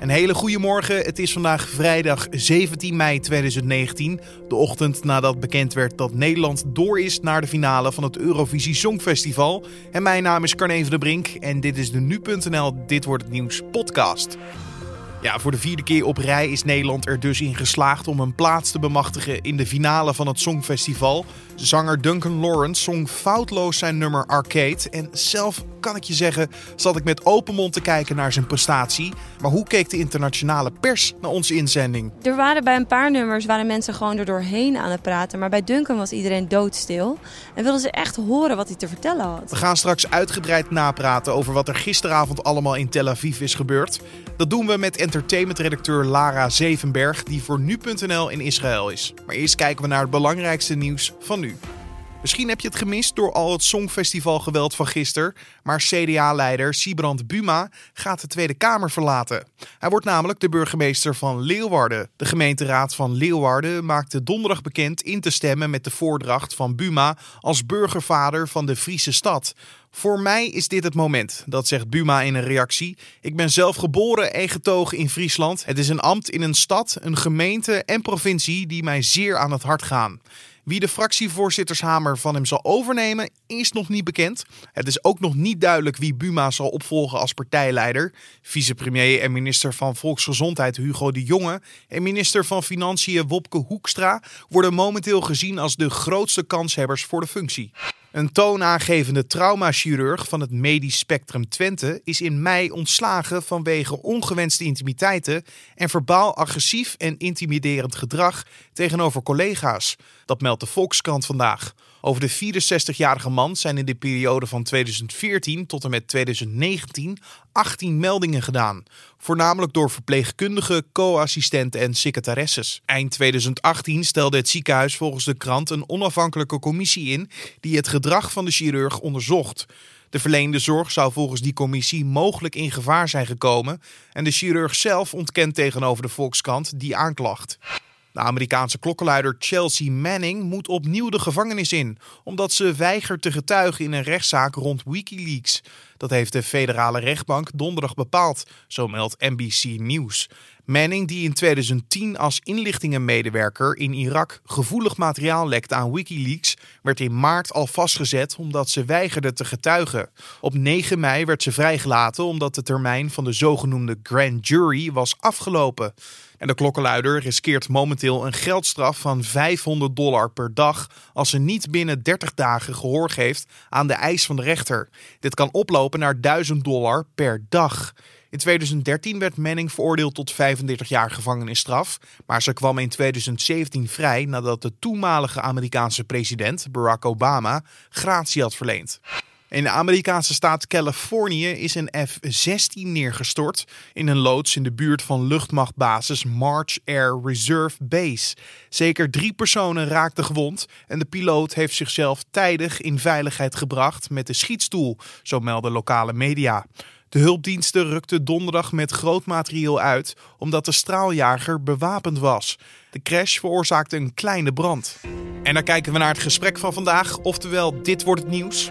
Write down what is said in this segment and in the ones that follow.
Een hele goede morgen. Het is vandaag vrijdag 17 mei 2019. De ochtend nadat bekend werd dat Nederland door is naar de finale van het Eurovisie Songfestival. En mijn naam is Carne van der Brink en dit is de Nu.nl Dit Wordt Het Nieuws podcast. Ja, voor de 4e keer op rij is Nederland er dus in geslaagd om een plaats te bemachtigen in de finale van het Songfestival. Zanger Duncan Lawrence zong foutloos zijn nummer Arcade. En zelf, kan ik je zeggen, zat ik met open mond te kijken naar zijn prestatie. Maar hoe keek de internationale pers naar onze inzending? Er waren bij een paar nummers mensen gewoon er doorheen aan het praten. Maar bij Duncan was iedereen doodstil. En wilden ze echt horen wat hij te vertellen had. We gaan straks uitgebreid napraten over wat er gisteravond allemaal in Tel Aviv is gebeurd. Dat doen we met entertainmentredacteur Lara Zevenberg, die voor Nu.nl in Israël is. Maar eerst kijken we naar het belangrijkste nieuws van nu. Misschien heb je het gemist door al het Songfestivalgeweld van gisteren, maar CDA-leider Sibrand Buma gaat de Tweede Kamer verlaten. Hij wordt namelijk de burgemeester van Leeuwarden. De gemeenteraad van Leeuwarden maakte donderdag bekend in te stemmen met de voordracht van Buma als burgervader van de Friese stad. Voor mij is dit het moment, dat zegt Buma in een reactie. Ik ben zelf geboren en getogen in Friesland. Het is een ambt in een stad, een gemeente en provincie die mij zeer aan het hart gaan. Wie de fractievoorzittershamer van hem zal overnemen is nog niet bekend. Het is ook nog niet duidelijk wie Buma zal opvolgen als partijleider. Vicepremier en minister van Volksgezondheid Hugo de Jonge en minister van Financiën Wopke Hoekstra worden momenteel gezien als de grootste kanshebbers voor de functie. Een toonaangevende traumachirurg van het Medisch Spectrum Twente is in mei ontslagen vanwege ongewenste intimiteiten en verbaal agressief en intimiderend gedrag tegenover collega's. Dat meldt de Volkskrant vandaag. Over de 64-jarige man zijn in de periode van 2014 tot en met 2019 18 meldingen gedaan. Voornamelijk door verpleegkundigen, co-assistenten en secretaresses. Eind 2018 stelde het ziekenhuis volgens de krant een onafhankelijke commissie in die het gedrag van de chirurg onderzocht. De verleende zorg zou volgens die commissie mogelijk in gevaar zijn gekomen en de chirurg zelf ontkent tegenover de Volkskrant die aanklacht. De Amerikaanse klokkenluider Chelsea Manning moet opnieuw de gevangenis in, omdat ze weigert te getuigen in een rechtszaak rond WikiLeaks. Dat heeft de federale rechtbank donderdag bepaald, zo meldt NBC News. Manning, die in 2010 als inlichtingenmedewerker in Irak gevoelig materiaal lekte aan WikiLeaks, werd in maart al vastgezet omdat ze weigerde te getuigen. Op 9 mei werd ze vrijgelaten omdat de termijn van de zogenoemde grand jury was afgelopen. En de klokkenluider riskeert momenteel een geldstraf van $500 per dag als ze niet binnen 30 dagen gehoor geeft aan de eis van de rechter. Dit kan oplopen naar $1000 per dag. In 2013 werd Manning veroordeeld tot 35 jaar gevangenisstraf, maar ze kwam in 2017 vrij nadat de toenmalige Amerikaanse president Barack Obama gratie had verleend. In de Amerikaanse staat Californië is een F-16 neergestort in een loods in de buurt van luchtmachtbasis March Air Reserve Base. Zeker 3 personen raakten gewond en de piloot heeft zichzelf tijdig in veiligheid gebracht met de schietstoel, zo melden lokale media. De hulpdiensten rukten donderdag met groot materieel uit omdat de straaljager bewapend was. De crash veroorzaakte een kleine brand. En dan kijken we naar het gesprek van vandaag, oftewel Dit Wordt Het Nieuws.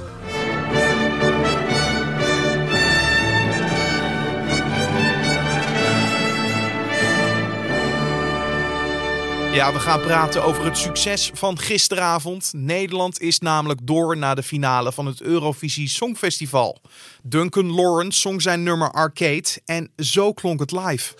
Ja, we gaan praten over het succes van gisteravond. Nederland is namelijk door naar de finale van het Eurovisie Songfestival. Duncan Lawrence zong zijn nummer Arcade en zo klonk het live.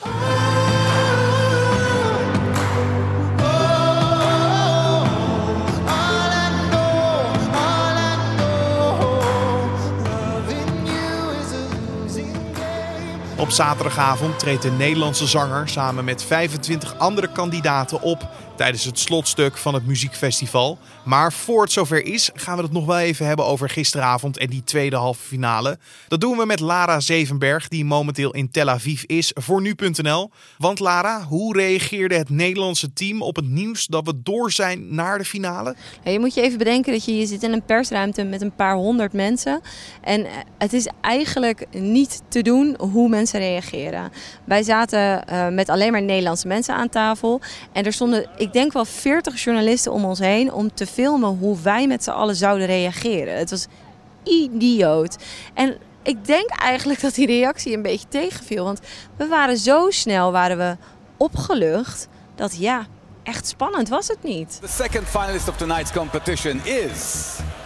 Op zaterdagavond treedt de Nederlandse zanger samen met 25 andere kandidaten op tijdens het slotstuk van het muziekfestival. Maar voor het zover is, gaan we het nog wel even hebben over gisteravond en die tweede halve finale. Dat doen we met Lara Zevenberg, die momenteel in Tel Aviv is voor Nu.nl. Want Lara, hoe reageerde het Nederlandse team op het nieuws dat we door zijn naar de finale? Ja, je moet je even bedenken dat je zit in een persruimte met een paar honderd mensen. En het is eigenlijk niet te doen hoe mensen reageren. Wij zaten met alleen maar Nederlandse mensen aan tafel. En er stonden, ik denk wel 40 journalisten om ons heen om te filmen hoe wij met z'n allen zouden reageren. Het was idioot. En Ik denk eigenlijk dat die reactie een beetje tegenviel. Want we waren zo snel opgelucht dat echt spannend was het niet. The second finalist of tonight's competition is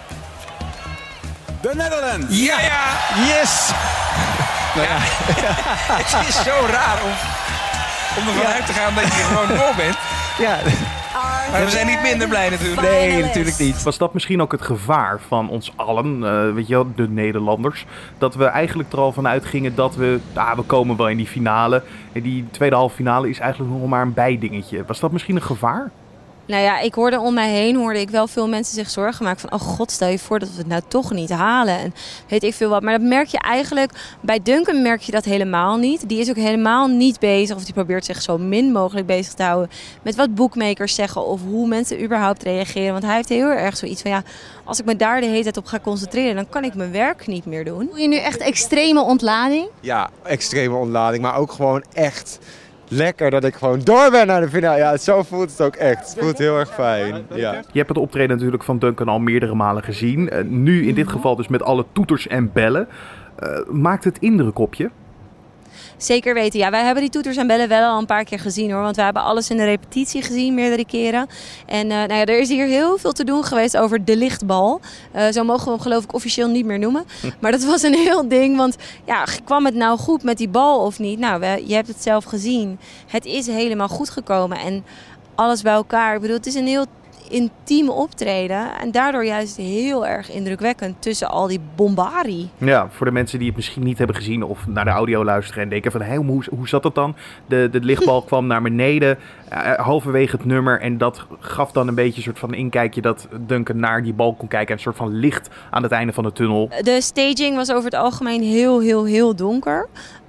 the Netherlands. Ja, yes! Nou ja, het is zo raar om ervan uit te gaan dat je gewoon door bent. Ja. Maar we zijn niet minder blij natuurlijk. Nee, natuurlijk niet. Was dat misschien ook het gevaar van ons allen, weet je wel, de Nederlanders, dat we eigenlijk er al van uitgingen dat we komen wel in die finale. En die tweede halve finale is eigenlijk nog maar een bijdingetje. Was dat misschien een gevaar? Nou ja, ik hoorde om mij heen wel veel mensen zich zorgen maken van... oh god, stel je voor dat we het nou toch niet halen en weet ik veel wat. Maar dat merk je eigenlijk, bij Duncan merk je dat helemaal niet. Die is ook helemaal niet bezig, of die probeert zich zo min mogelijk bezig te houden... met wat boekmakers zeggen of hoe mensen überhaupt reageren. Want hij heeft heel erg zoiets van, als ik me daar de hele tijd op ga concentreren... dan kan ik mijn werk niet meer doen. Voel je nu echt extreme ontlading? Ja, extreme ontlading, maar ook gewoon echt... lekker dat ik gewoon door ben naar de finale. Ja, zo voelt het ook echt. Het voelt heel erg fijn. Ja. Je hebt het optreden natuurlijk van Duncan al meerdere malen gezien. Nu in dit geval dus met alle toeters en bellen. Maakt het indruk op je? Zeker weten. Ja, wij hebben die toeters en bellen wel al een paar keer gezien hoor. Want we hebben alles in de repetitie gezien, meerdere keren. En er is hier heel veel te doen geweest over de lichtbal. Zo mogen we hem geloof ik officieel niet meer noemen. Maar dat was een heel ding. Want kwam het nou goed met die bal of niet? Nou, je hebt het zelf gezien. Het is helemaal goed gekomen. En alles bij elkaar. Ik bedoel, het is een heel intiem optreden en daardoor juist heel erg indrukwekkend tussen al die bombarie. Ja, voor de mensen die het misschien niet hebben gezien of naar de audio luisteren en denken van hoe zat dat dan? De lichtbal kwam naar beneden, halverwege het nummer en dat gaf dan een beetje een soort van inkijkje dat Duncan naar die bal kon kijken en een soort van licht aan het einde van de tunnel. De staging was over het algemeen heel, heel, heel donker.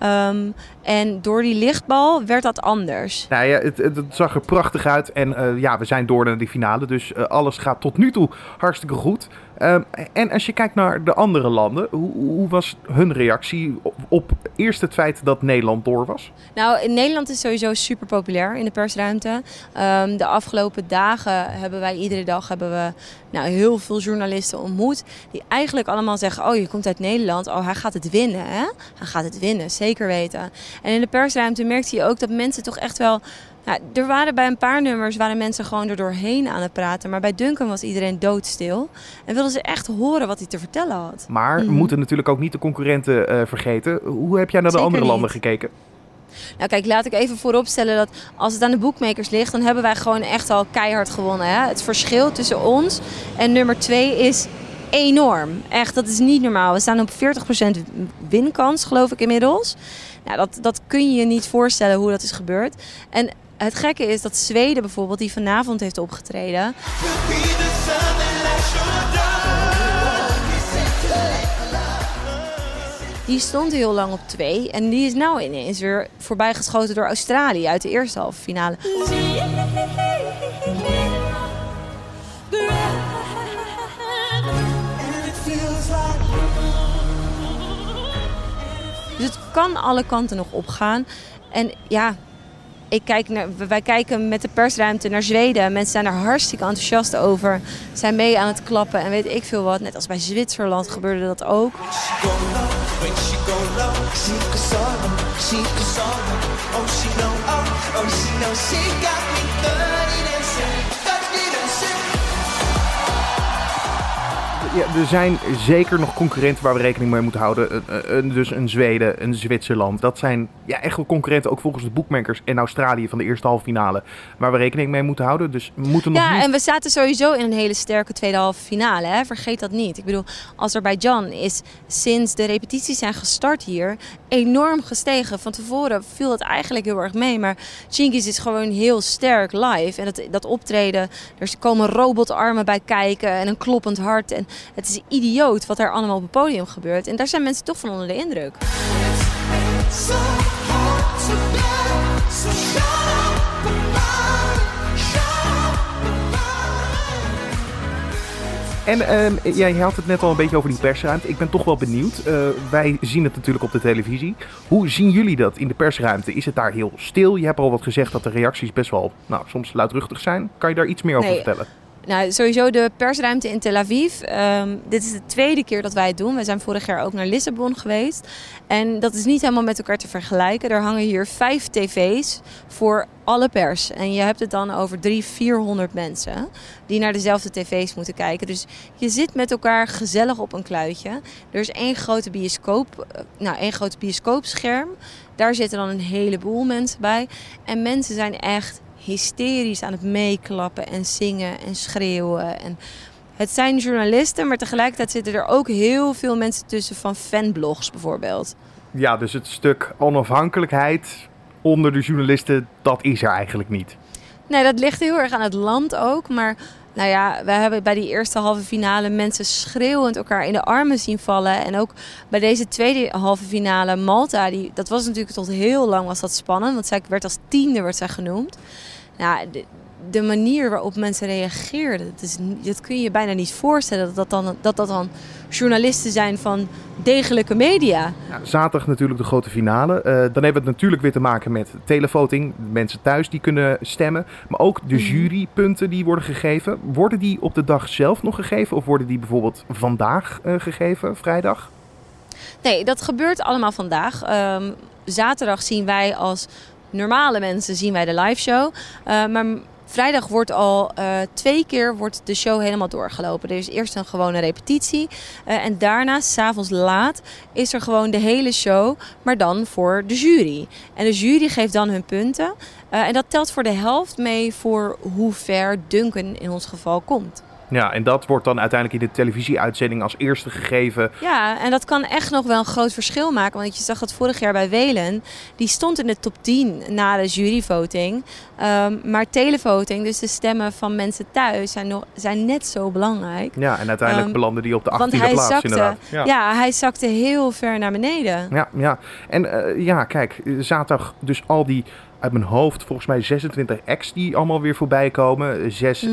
En door die lichtbal werd dat anders. Nou ja, het zag er prachtig uit en we zijn door naar die finale, dus alles gaat tot nu toe hartstikke goed. En als je kijkt naar de andere landen, hoe was hun reactie op eerst het feit dat Nederland door was? Nou, in Nederland is sowieso super populair in de persruimte. De afgelopen dagen hebben wij iedere dag heel veel journalisten ontmoet. Die eigenlijk allemaal zeggen, oh je komt uit Nederland, oh hij gaat het winnen. Hè? Hij gaat het winnen, zeker weten. En in de persruimte merkte je ook dat mensen toch echt wel... er waren bij een paar nummers mensen gewoon er doorheen aan het praten. Maar bij Duncan was iedereen doodstil. En wilden ze echt horen wat hij te vertellen had. Maar we moeten natuurlijk ook niet de concurrenten vergeten. Hoe heb jij naar de andere landen gekeken? Nou kijk, laat ik even vooropstellen dat als het aan de boekmakers ligt... dan hebben wij gewoon echt al keihard gewonnen. Hè? Het verschil tussen ons en nummer 2 is enorm. Echt, dat is niet normaal. We staan op 40% winkans, geloof ik inmiddels. Nou, dat kun je je niet voorstellen hoe dat is gebeurd. En het gekke is dat Zweden bijvoorbeeld, die vanavond heeft opgetreden... Die stond heel lang op 2 en die is nou ineens weer voorbijgeschoten door Australië uit de eerste halve finale. Dus het kan alle kanten nog opgaan. En wij kijken met de persruimte naar Zweden. Mensen zijn er hartstikke enthousiast over. Zijn mee aan het klappen en weet ik veel wat. Net als bij Zwitserland gebeurde dat ook. Ja, er zijn zeker nog concurrenten waar we rekening mee moeten houden. Dus een Zweden, een Zwitserland. Dat zijn echt wel concurrenten, ook volgens de boekmakers en Australië van de eerste halve finale. Waar we rekening mee moeten houden. Dus we moeten nog niet... en we zaten sowieso in een hele sterke tweede halve finale. Hè? Vergeet dat niet. Ik bedoel, Azerbeidzjan is sinds de repetities zijn gestart hier enorm gestegen. Van tevoren viel het eigenlijk heel erg mee. Maar Cengiz is gewoon heel sterk live. En dat optreden, er komen robotarmen bij kijken en een kloppend hart. En het is idioot wat er allemaal op het podium gebeurt. En daar zijn mensen toch van onder de indruk. En je had het net al een beetje over die persruimte. Ik ben toch wel benieuwd. Wij zien het natuurlijk op de televisie. Hoe zien jullie dat in de persruimte? Is het daar heel stil? Je hebt al wat gezegd dat de reacties best wel soms luidruchtig zijn. Kan je daar iets meer over vertellen? Nou, sowieso de persruimte in Tel Aviv. Dit is de tweede keer dat wij het doen. We zijn vorig jaar ook naar Lissabon geweest. En dat is niet helemaal met elkaar te vergelijken. Er hangen hier 5 tv's voor alle pers. En je hebt het dan over 300-400 mensen die naar dezelfde tv's moeten kijken. Dus je zit met elkaar gezellig op een kluitje. Er is één grote bioscoopscherm. Daar zitten dan een heleboel mensen bij. En mensen zijn echt hysterisch aan het meeklappen en zingen en schreeuwen. En het zijn journalisten, maar tegelijkertijd zitten er ook heel veel mensen tussen van fanblogs bijvoorbeeld. Ja, dus het stuk onafhankelijkheid onder de journalisten, dat is er eigenlijk niet. Nee, dat ligt heel erg aan het land ook. Maar nou ja, we hebben bij die eerste halve finale mensen schreeuwend elkaar in de armen zien vallen. En ook bij deze tweede halve finale, Malta, dat was natuurlijk tot heel lang was dat spannend. Want zij werd als 10e werd zij genoemd. Nou, de manier waarop mensen reageerden, dat kun je je bijna niet voorstellen. Dat dan journalisten zijn van degelijke media. Ja, zaterdag natuurlijk de grote finale. Dan hebben we het natuurlijk weer te maken met televoting. Mensen thuis die kunnen stemmen. Maar ook de jurypunten die worden gegeven. Worden die op de dag zelf nog gegeven? Of worden die bijvoorbeeld vandaag gegeven, vrijdag? Nee, dat gebeurt allemaal vandaag. Zaterdag zien wij als normale mensen zien wij de live show. Maar vrijdag wordt al 2 keer de show helemaal doorgelopen. Er is eerst een gewone repetitie. En daarna, 's avonds laat, is er gewoon de hele show. Maar dan voor de jury. En de jury geeft dan hun punten. En dat telt voor de helft mee voor hoe ver Duncan in ons geval komt. Ja, en dat wordt dan uiteindelijk in de televisieuitzending als eerste gegeven. Ja, en dat kan echt nog wel een groot verschil maken. Want je zag dat vorig jaar bij Whalen. Die stond in de top 10 na de juryvoting. Maar televoting, dus de stemmen van mensen thuis, zijn net zo belangrijk. Ja, en uiteindelijk belandde die op de 18e plaats inderdaad. Ja, hij zakte heel ver naar beneden. Ja. En kijk, zaterdag dus al die, uit mijn hoofd, volgens mij 26 acts die allemaal weer voorbij komen. 6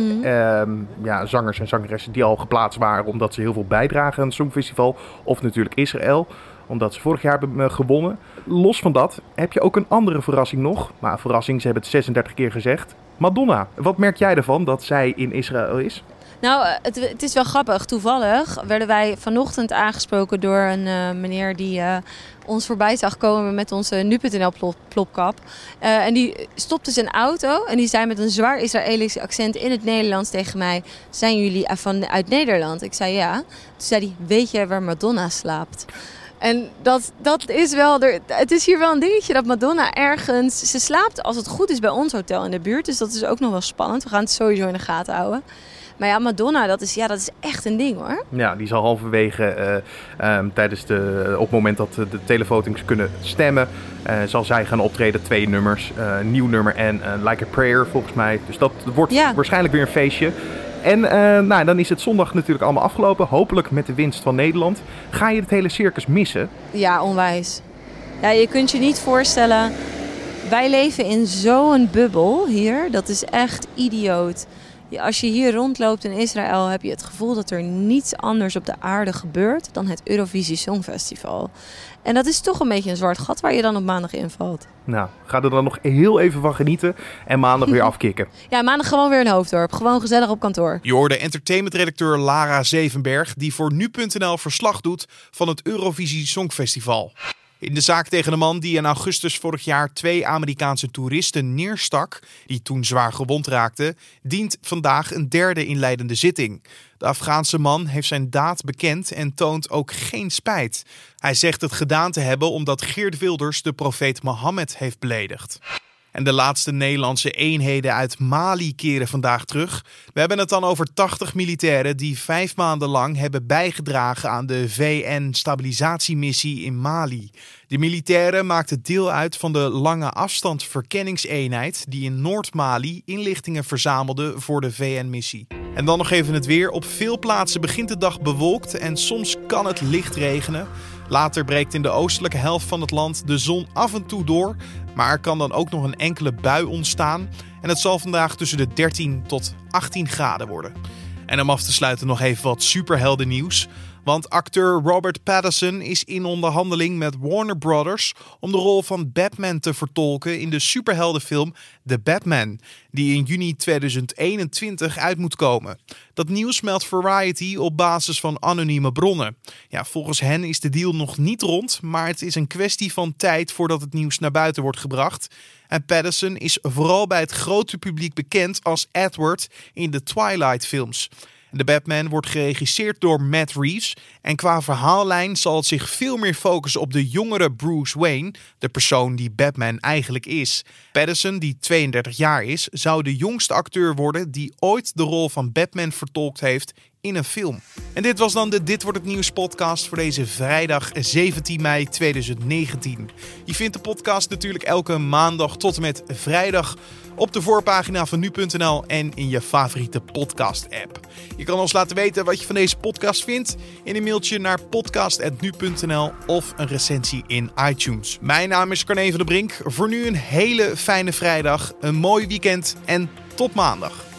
zangers en zangeressen die al geplaatst waren omdat ze heel veel bijdragen aan het Songfestival. Of natuurlijk Israël, omdat ze vorig jaar hebben gewonnen. Los van dat heb je ook een andere verrassing nog. Maar verrassing, ze hebben het 36 keer gezegd. Madonna. Wat merk jij ervan dat zij in Israël is? Nou, het is wel grappig. Toevallig werden wij vanochtend aangesproken door een meneer die ons voorbij zag komen met onze nu.nl plopkap. En die stopte zijn auto en die zei met een zwaar Israëlisch accent in het Nederlands tegen mij: zijn jullie uit Nederland? Ik zei ja. Toen zei hij: weet jij waar Madonna slaapt? En dat is wel, het is hier wel een dingetje dat Madonna ergens, ze slaapt als het goed is bij ons hotel in de buurt. Dus dat is ook nog wel spannend. We gaan het sowieso in de gaten houden. Maar ja, Madonna, dat is echt een ding hoor. Ja, die zal halverwege tijdens op het moment dat de televotings kunnen stemmen, zal zij gaan optreden. 2 nummers, nieuw nummer en Like a Prayer volgens mij. Dus dat wordt waarschijnlijk weer een feestje. En dan is het zondag natuurlijk allemaal afgelopen. Hopelijk met de winst van Nederland. Ga je het hele circus missen? Ja, onwijs. Ja, je kunt je niet voorstellen. Wij leven in zo'n bubbel hier. Dat is echt idioot. Als je hier rondloopt in Israël heb je het gevoel dat er niets anders op de aarde gebeurt dan het Eurovisie Songfestival. En dat is toch een beetje een zwart gat waar je dan op maandag invalt. Nou, ga er dan nog heel even van genieten en maandag weer afkicken. Ja, maandag gewoon weer in Hoofddorp. Gewoon gezellig op kantoor. Je hoorde entertainmentredacteur Lara Zevenberg die voor nu.nl verslag doet van het Eurovisie Songfestival. In de zaak tegen de man die in augustus vorig jaar 2 Amerikaanse toeristen neerstak, die toen zwaar gewond raakten, dient vandaag een derde inleidende zitting. De Afghaanse man heeft zijn daad bekend en toont ook geen spijt. Hij zegt het gedaan te hebben omdat Geert Wilders de profeet Mohammed heeft beledigd. En de laatste Nederlandse eenheden uit Mali keren vandaag terug. We hebben het dan over 80 militairen die 5 maanden lang hebben bijgedragen aan de VN-stabilisatiemissie in Mali. De militairen maakten deel uit van de lange afstand verkenningseenheid die in Noord-Mali inlichtingen verzamelde voor de VN-missie. En dan nog even het weer. Op veel plaatsen begint de dag bewolkt en soms kan het licht regenen. Later breekt in de oostelijke helft van het land de zon af en toe door. Maar er kan dan ook nog een enkele bui ontstaan. En het zal vandaag tussen de 13 tot 18 graden worden. En om af te sluiten nog even wat superheldennieuws. Want acteur Robert Pattinson is in onderhandeling met Warner Brothers om de rol van Batman te vertolken in de superheldenfilm The Batman, die in juni 2021 uit moet komen. Dat nieuws meldt Variety op basis van anonieme bronnen. Ja, volgens hen is de deal nog niet rond, maar het is een kwestie van tijd voordat het nieuws naar buiten wordt gebracht. En Pattinson is vooral bij het grote publiek bekend als Edward in de Twilight-films. De Batman wordt geregisseerd door Matt Reeves en qua verhaallijn zal het zich veel meer focussen op de jongere Bruce Wayne, de persoon die Batman eigenlijk is. Pattinson, die 32 jaar is, zou de jongste acteur worden die ooit de rol van Batman vertolkt heeft in een film. En dit was dan de Dit Wordt Het Nieuws podcast voor deze vrijdag 17 mei 2019. Je vindt de podcast natuurlijk elke maandag tot en met vrijdag op de voorpagina van nu.nl en in je favoriete podcast app. Je kan ons laten weten wat je van deze podcast vindt in een mailtje naar podcast@nu.nl of een recensie in iTunes. Mijn naam is Carne van der Brink. Voor nu een hele fijne vrijdag, een mooi weekend en tot maandag.